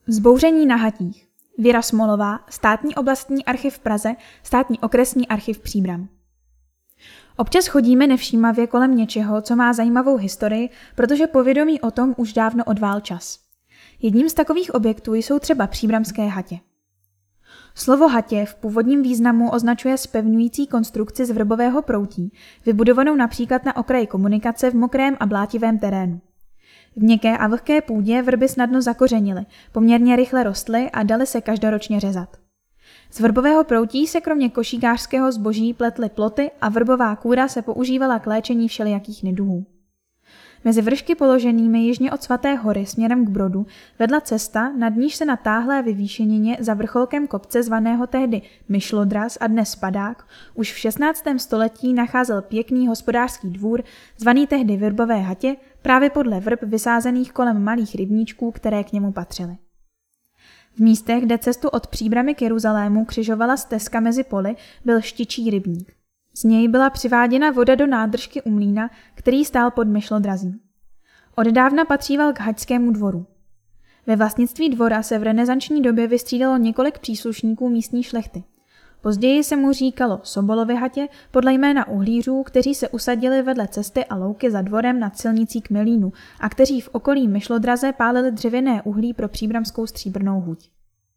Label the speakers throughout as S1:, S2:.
S1: Vzbouření na Hatích. Věra Smolová, Státní oblastní archiv v Praze, Státní okresní archiv Příbram. Občas chodíme nevšímavě kolem něčeho, co má zajímavou historii, protože povědomí o tom už dávno odvál čas. Jedním z takových objektů jsou třeba příbramské hatě. Slovo hatě v původním významu označuje zpevňující konstrukci z vrbového proutí, vybudovanou například na okraji komunikace v mokrém a blátivém terénu. V měkké a vlhké půdě vrby snadno zakořenily, poměrně rychle rostly a daly se každoročně řezat. Z vrbového proutí se kromě košíkářského zboží pletly ploty a vrbová kůra se používala k léčení všelijakých neduhů. Mezi vršky položenými jižně od Svaté hory směrem k Brodu vedla cesta, nad níž se na táhlé vyvýšenině za vrcholkem kopce zvaného tehdy Myšlodraz a dnes Padák už v 16. století nacházel pěkný hospodářský dvůr, zvaný tehdy Vrbové hatě, právě podle vrb vysázených kolem malých rybníčků, které k němu patřily. V místech, kde cestu od Příbrami k Jeruzalému křižovala stezka mezi poli, byl Štičí rybník. Z něj byla přiváděna voda do nádržky u mlýna, který stál pod Myšlodrazí. Oddávna patříval k haťskému dvoru. Ve vlastnictví dvora se v renesanční době vystřídalo několik příslušníků místní šlechty. Později se mu říkalo Sobolovy hatě podle jména uhlířů, kteří se usadili vedle cesty a louky za dvorem nad silnicí k mlýnu a kteří v okolí Myšlodraze pálili dřevěné uhlí pro příbramskou stříbrnou huť.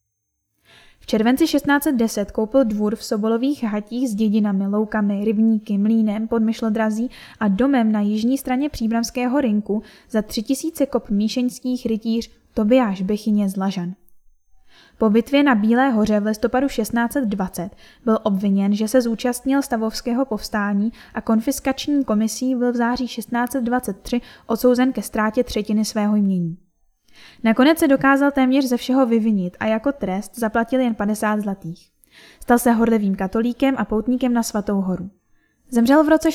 S1: V červenci 1610 koupil dvůr v Sobolových hatích s dědinami, loukami, rybníky, mlýnem pod Myšlodrazí a domem na jižní straně příbramského rynku za 3000 kop míšeňských rytíř Tobiáš Bechyně z Lažan. Po bitvě na Bílé hoře v listopadu 1620 byl obviněn, že se zúčastnil stavovského povstání a konfiskační komisí byl v září 1623 odsouzen ke ztrátě třetiny svého jmění. Nakonec se dokázal téměř ze všeho vyvinit a jako trest zaplatil jen 50 zlatých. Stal se horlivým katolíkem a poutníkem na Svatou horu. Zemřel v roce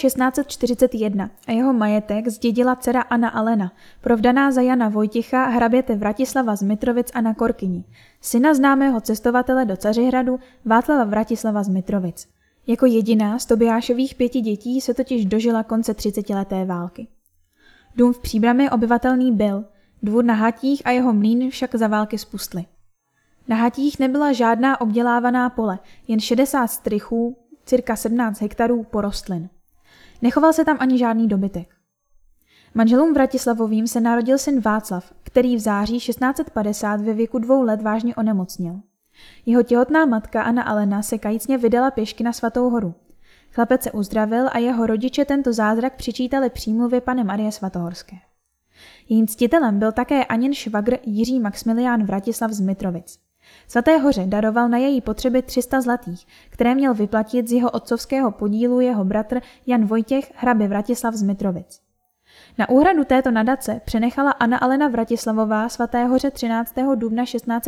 S1: 1641 a jeho majetek zdědila dcera Anna Alena, provdaná za Jana Vojticha hraběte Vratislava z Mitrovic a na Korkyni, syna známého cestovatele do Cařihradu Václava Vratislava z Mitrovic. Jako jediná z Tobiášových 5 dětí se totiž dožila konce 30leté války. Dům v Příbrami obyvatelný byl, dvůr na Hatích a jeho mlýn však za války spustly. Na Hatích nebyla žádná obdělávaná pole, jen 60 strychů, cirka 17 hektarů porostlin. Nechoval se tam ani žádný dobytek. Manželům Vratislavovým se narodil syn Václav, který v září 1650 ve věku 2 let vážně onemocněl. Jeho těhotná matka Anna Alena se kajícně vydala pěšky na Svatou horu. Chlapec se uzdravil a jeho rodiče tento zázrak přičítali přímluvě Panny Marie Svatohorské. Jejím ctitelem byl také Anin švagr Jiří Maxmilián Vratislav z Mitrovic. Svaté hoře daroval na její potřeby 300 zlatých, které měl vyplatit z jeho otcovského podílu jeho bratr Jan Vojtěch hrabě Vratislav z Mitrovic. Na úhradu této nadace přenechala Anna Alena Vratislavová Svaté hoře 13. dubna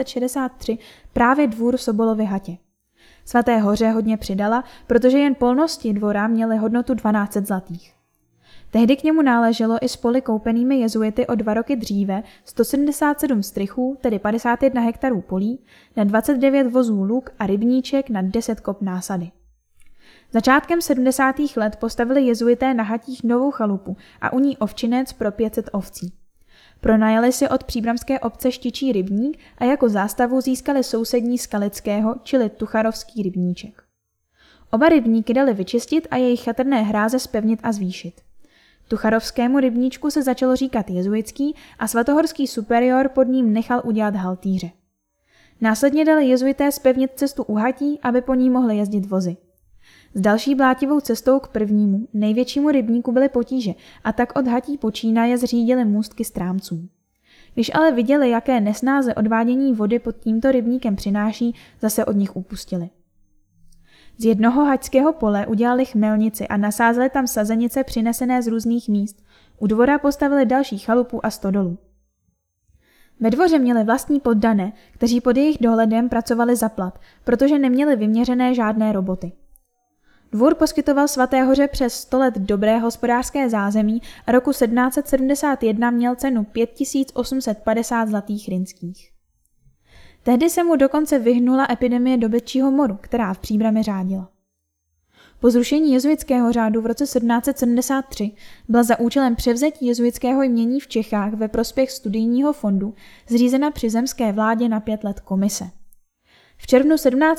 S1: 1663 právě dvůr v Sobolově hatě. Svaté hoře hodně přidala, protože jen polnosti dvora měly hodnotu 1200 zlatých. Tehdy k němu náleželo i s poli koupenými jezuity o 2 roky dříve 177 strychů, tedy 51 hektarů polí, na 29 vozů luk a rybníček na 10 kop násady. Začátkem 70. let postavili jezuité na Hatích novou chalupu a u ní ovčinec pro 500 ovcí. Pronajali si od příbramské obce Štičí rybník a jako zástavu získali sousední Skalického, čili Tucharovský rybníček. Oba rybníky dali vyčistit a jejich chatrné hráze zpevnit a zvýšit. Tucharovskému rybníčku se začalo říkat jezuitský a svatohorský superior pod ním nechal udělat haltýře. Následně dali jezuité zpevnit cestu u Hatí, aby po ní mohly jezdit vozy. S další blátivou cestou k prvnímu, největšímu rybníku byly potíže a tak od Hatí počínaje zřídili můstky strámců. Když ale viděli, jaké nesnáze odvádění vody pod tímto rybníkem přináší, zase od nich upustili. Z jednoho haťského pole udělali chmelnici a nasázeli tam sazenice přinesené z různých míst. U dvora postavili další chalupu a stodolu. Ve dvoře měli vlastní poddané, kteří pod jejich dohledem pracovali za plat, protože neměli vyměřené žádné roboty. Dvůr poskytoval Svaté hoře přes 100 let dobré hospodářské zázemí a roku 1771 měl cenu 5850 zlatých rynských. Tehdy se mu dokonce vyhnula epidemie dobytčího moru, která v Příbrami řádila. Po zrušení jezuitského řádu v roce 1773 byla za účelem převzetí jezuitského jmění v Čechách ve prospěch studijního fondu zřízena při zemské vládě na 5 let komise. V červnu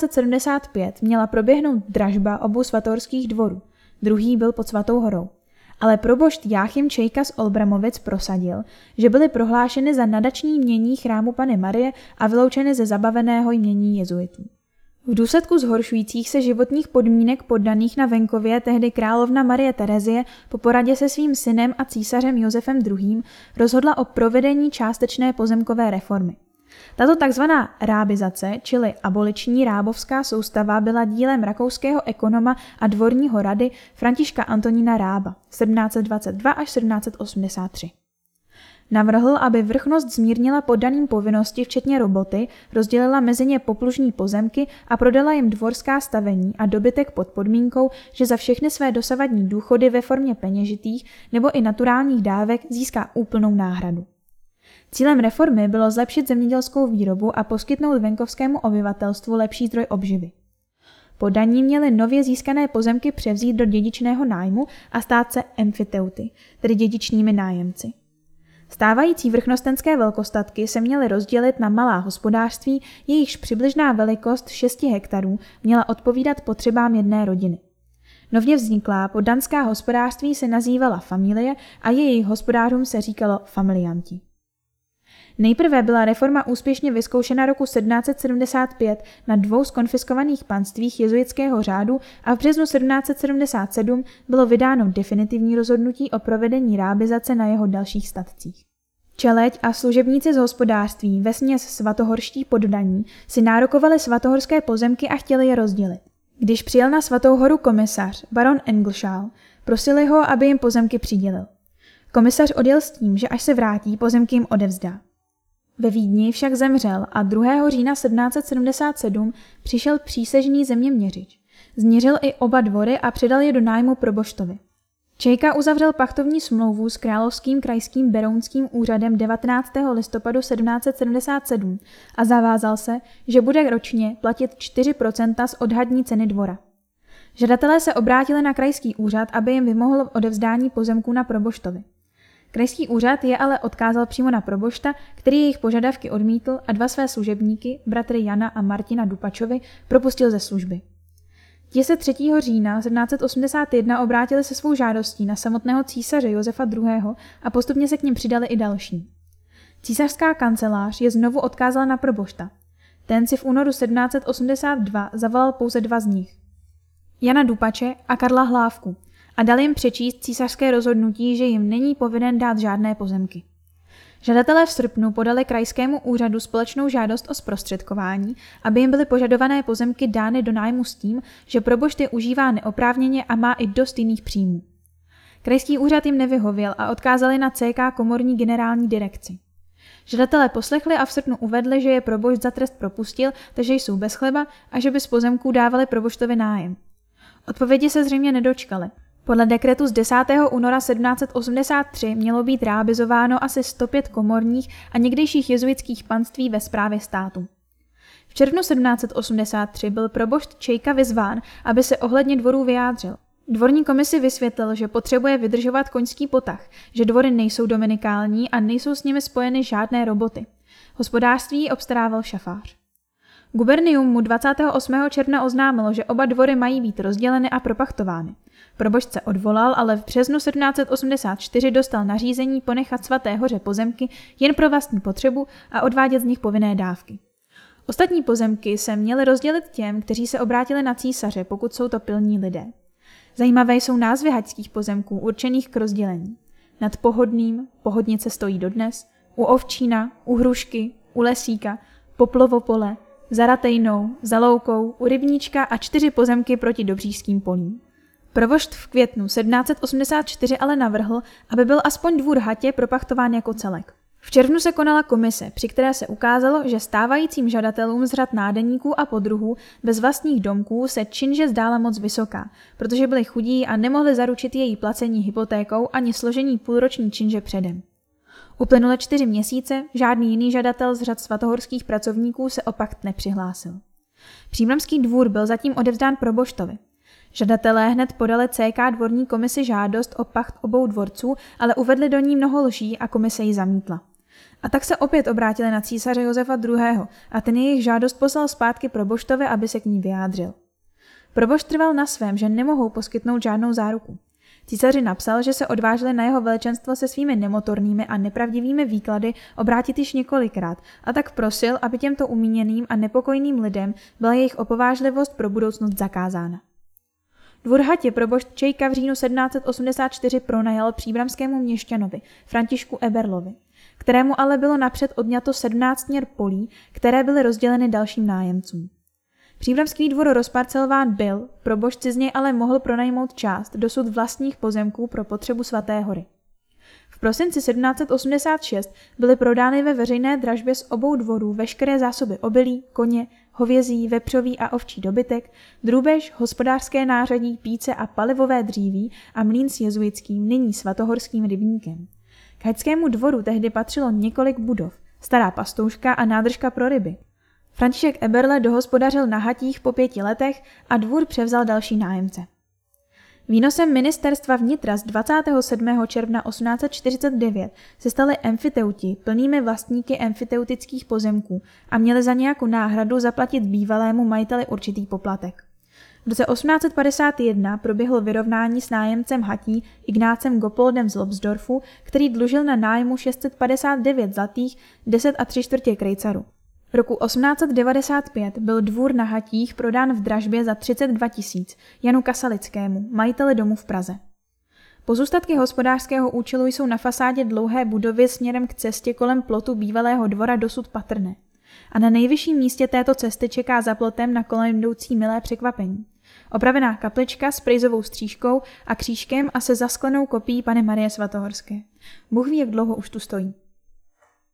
S1: 1775 měla proběhnout dražba obou svatohorských dvorů, druhý byl pod Svatou horou. Ale probošt Jáchym Čejka z Olbramovic prosadil, že byly prohlášeny za nadační jmění chrámu Panny Marie a vyloučeny ze zabaveného jmění jezuitů. V důsledku zhoršujících se životních podmínek poddaných na venkově tehdy královna Marie Terezie po poradě se svým synem a císařem Josefem II. Rozhodla o provedení částečné pozemkové reformy. Tato takzvaná rábizace, čili aboliční rábovská soustava, byla dílem rakouského ekonoma a dvorního rady Františka Antonína Rába 1722 až 1783. Navrhl, aby vrchnost zmírnila poddaným povinnosti včetně roboty, rozdělila mezi ně poplužní pozemky a prodala jim dvorská stavení a dobytek pod podmínkou, že za všechny své dosavadní důchody ve formě peněžitých nebo i naturálních dávek získá úplnou náhradu. Cílem reformy bylo zlepšit zemědělskou výrobu a poskytnout venkovskému obyvatelstvu lepší zdroj obživy. Poddaní měly nově získané pozemky převzít do dědičného nájmu a stát se emfiteuty, tedy dědičními nájemci. Stávající vrchnostenské velkostatky se měly rozdělit na malá hospodářství, jejichž přibližná velikost 6 hektarů měla odpovídat potřebám jedné rodiny. Nově vzniklá poddanská hospodářství se nazývala familie a jejich hospodářům se říkalo familianti. Nejprve byla reforma úspěšně vyzkoušena roku 1775 na 2 zkonfiskovaných panstvích jezuitského řádu a v březnu 1777 bylo vydáno definitivní rozhodnutí o provedení rábizace na jeho dalších statcích. Čeleď a služebníci z hospodářství, vesměs svatohorští poddaní, si nárokovali svatohorské pozemky a chtěli je rozdělit. Když přijel na Svatou horu komisař, baron Engelschall, prosili ho, aby jim pozemky přidělil. Komisař odjel s tím, že až se vrátí, pozemky jim odevzdá. Ve Vídni však zemřel a 2. října 1777 přišel přísežný zeměměřič. Změřil i oba dvory a předal je do nájmu proboštovi. Čejka uzavřel pachtovní smlouvu s královským krajským berounským úřadem 19. listopadu 1777 a zavázal se, že bude ročně platit 4% z odhadní ceny dvora. Žadatelé se obrátili na krajský úřad, aby jim vymohl odevzdání pozemků na proboštovi. Krajský úřad je ale odkázal přímo na probošta, který jejich požadavky odmítl a 2 své služebníky, bratry Jana a Martina Dupačovi, propustil ze služby. Ti se 3. října 1781 obrátili se svou žádostí na samotného císaře Josefa II. A postupně se k nim přidali i další. Císařská kancelář je znovu odkázala na probošta. Ten si v únoru 1782 zavolal pouze 2 z nich. Jana Dupače a Karla Hlávku a dal jim přečíst císařské rozhodnutí, že jim není povinen dát žádné pozemky. Žadatelé v srpnu podali krajskému úřadu společnou žádost o zprostředkování, aby jim byly požadované pozemky dány do nájmu s tím, že probošt je užívá neoprávněně a má i dost jiných příjmů. Krajský úřad jim nevyhověl a odkázali na CK komorní generální direkci. Žadatelé poslechli a v srpnu uvedli, že je probošt za trest propustil, takže jsou bez chleba a že by z pozemků dávali proboštovi nájem. Odpovědi se zřejmě nedočkali. Podle dekretu z 10. února 1783 mělo být rábizováno asi 105 komorních a někdejších jezuitských panství ve správě státu. V červnu 1783 byl probošt Čejka vyzván, aby se ohledně dvorů vyjádřil. Dvorní komisi vysvětlil, že potřebuje vydržovat koňský potah, že dvory nejsou dominikální a nejsou s nimi spojeny žádné roboty. Hospodářství obstarával šafář. Gubernium mu 28. června oznámilo, že oba dvory mají být rozděleny a propachtovány. Probošt se odvolal, ale v březnu 1784 dostal nařízení ponechat Svaté hoře pozemky jen pro vlastní potřebu a odvádět z nich povinné dávky. Ostatní pozemky se měly rozdělit těm, kteří se obrátili na císaře, pokud jsou to pilní lidé. Zajímavé jsou názvy haďských pozemků určených k rozdělení. Nad Pohodným, Pohodnice stojí dodnes, u Ovčína, u Hrušky, u Lesíka, Poplovopole, za Ratejnou, za Loukou, u Rybníčka a 4 pozemky proti Dobříšským polím. Provošt v květnu 1784 ale navrhl, aby byl aspoň dvůr Hatě propachtován jako celek. V červnu se konala komise, při které se ukázalo, že stávajícím žadatelům z řad nádeníků a podruhů bez vlastních domků se činže zdála moc vysoká, protože byli chudí a nemohli zaručit její placení hypotékou ani složení půlroční činže předem. Uplynuly 4 měsíce, žádný jiný žadatel z řad svatohorských pracovníků se o pakt nepřihlásil. Příbramský dvůr byl zatím odevzdán proboštovi. Žadatelé hned podali CK dvorní komisi žádost o pacht obou dvorců, ale uvedli do ní mnoho lží a komise ji zamítla. A tak se opět obrátili na císaře Josefa II. A ten jejich žádost poslal zpátky proboštovi, aby se k ní vyjádřil. Probošt trval na svém, že nemohou poskytnout žádnou záruku. Císaři napsal, že se odvážili na jeho veličenstvo se svými nemotornými a nepravdivými výklady obrátit již několikrát, a tak prosil, aby těmto umíněným a nepokojným lidem byla jejich opovážlivost pro budoucnost zakázána. Dvůr Hatě probošt Čejka v říjnu 1784 pronajal příbramskému měšťanovi Františku Eberlovi, kterému ale bylo napřed odňato 17 měr polí, které byly rozděleny dalším nájemcům. Příbramský dvor rozparcelován byl, probošt si z něj ale mohl pronajmout část dosud vlastních pozemků pro potřebu Svaté hory. V prosinci 1786 byly prodány ve veřejné dražbě z obou dvorů veškeré zásoby obilí, koně, hovězí, vepřový a ovčí dobytek, drůbež, hospodářské nářadí, píce a palivové dříví a mlýn s jezuitským, nyní svatohorským rybníkem. K haťskému dvoru tehdy patřilo několik budov, stará pastouška a nádržka pro ryby. František Eberle dohospodařil na Hatích po 5 letech a dvůr převzal další nájemce. Výnosem ministerstva vnitra z 27. června 1849 se stali emfiteuti plnými vlastníky emfiteutických pozemků a měli za nějakou náhradu zaplatit bývalému majiteli určitý poplatek. V roce 1851 proběhlo vyrovnání s nájemcem Hatí Ignácem Gopoldem z Lobsdorfu, který dlužil na nájmu 659 zlatých 10 3/4 krejcaru. Roku 1895 byl dvůr na Hatích prodán v dražbě za 32 000 Janu Kasalickému, majiteli domu v Praze. Pozůstatky hospodářského účelu jsou na fasádě dlouhé budovy směrem k cestě kolem plotu bývalého dvora dosud patrné. A na nejvyšším místě této cesty čeká za plotem na kolem jdoucí milé překvapení. Opravená kaplička s prejzovou střížkou a křížkem a se zasklenou kopií Panny Marie Svatohorské. Bůh ví, jak dlouho už tu stojí.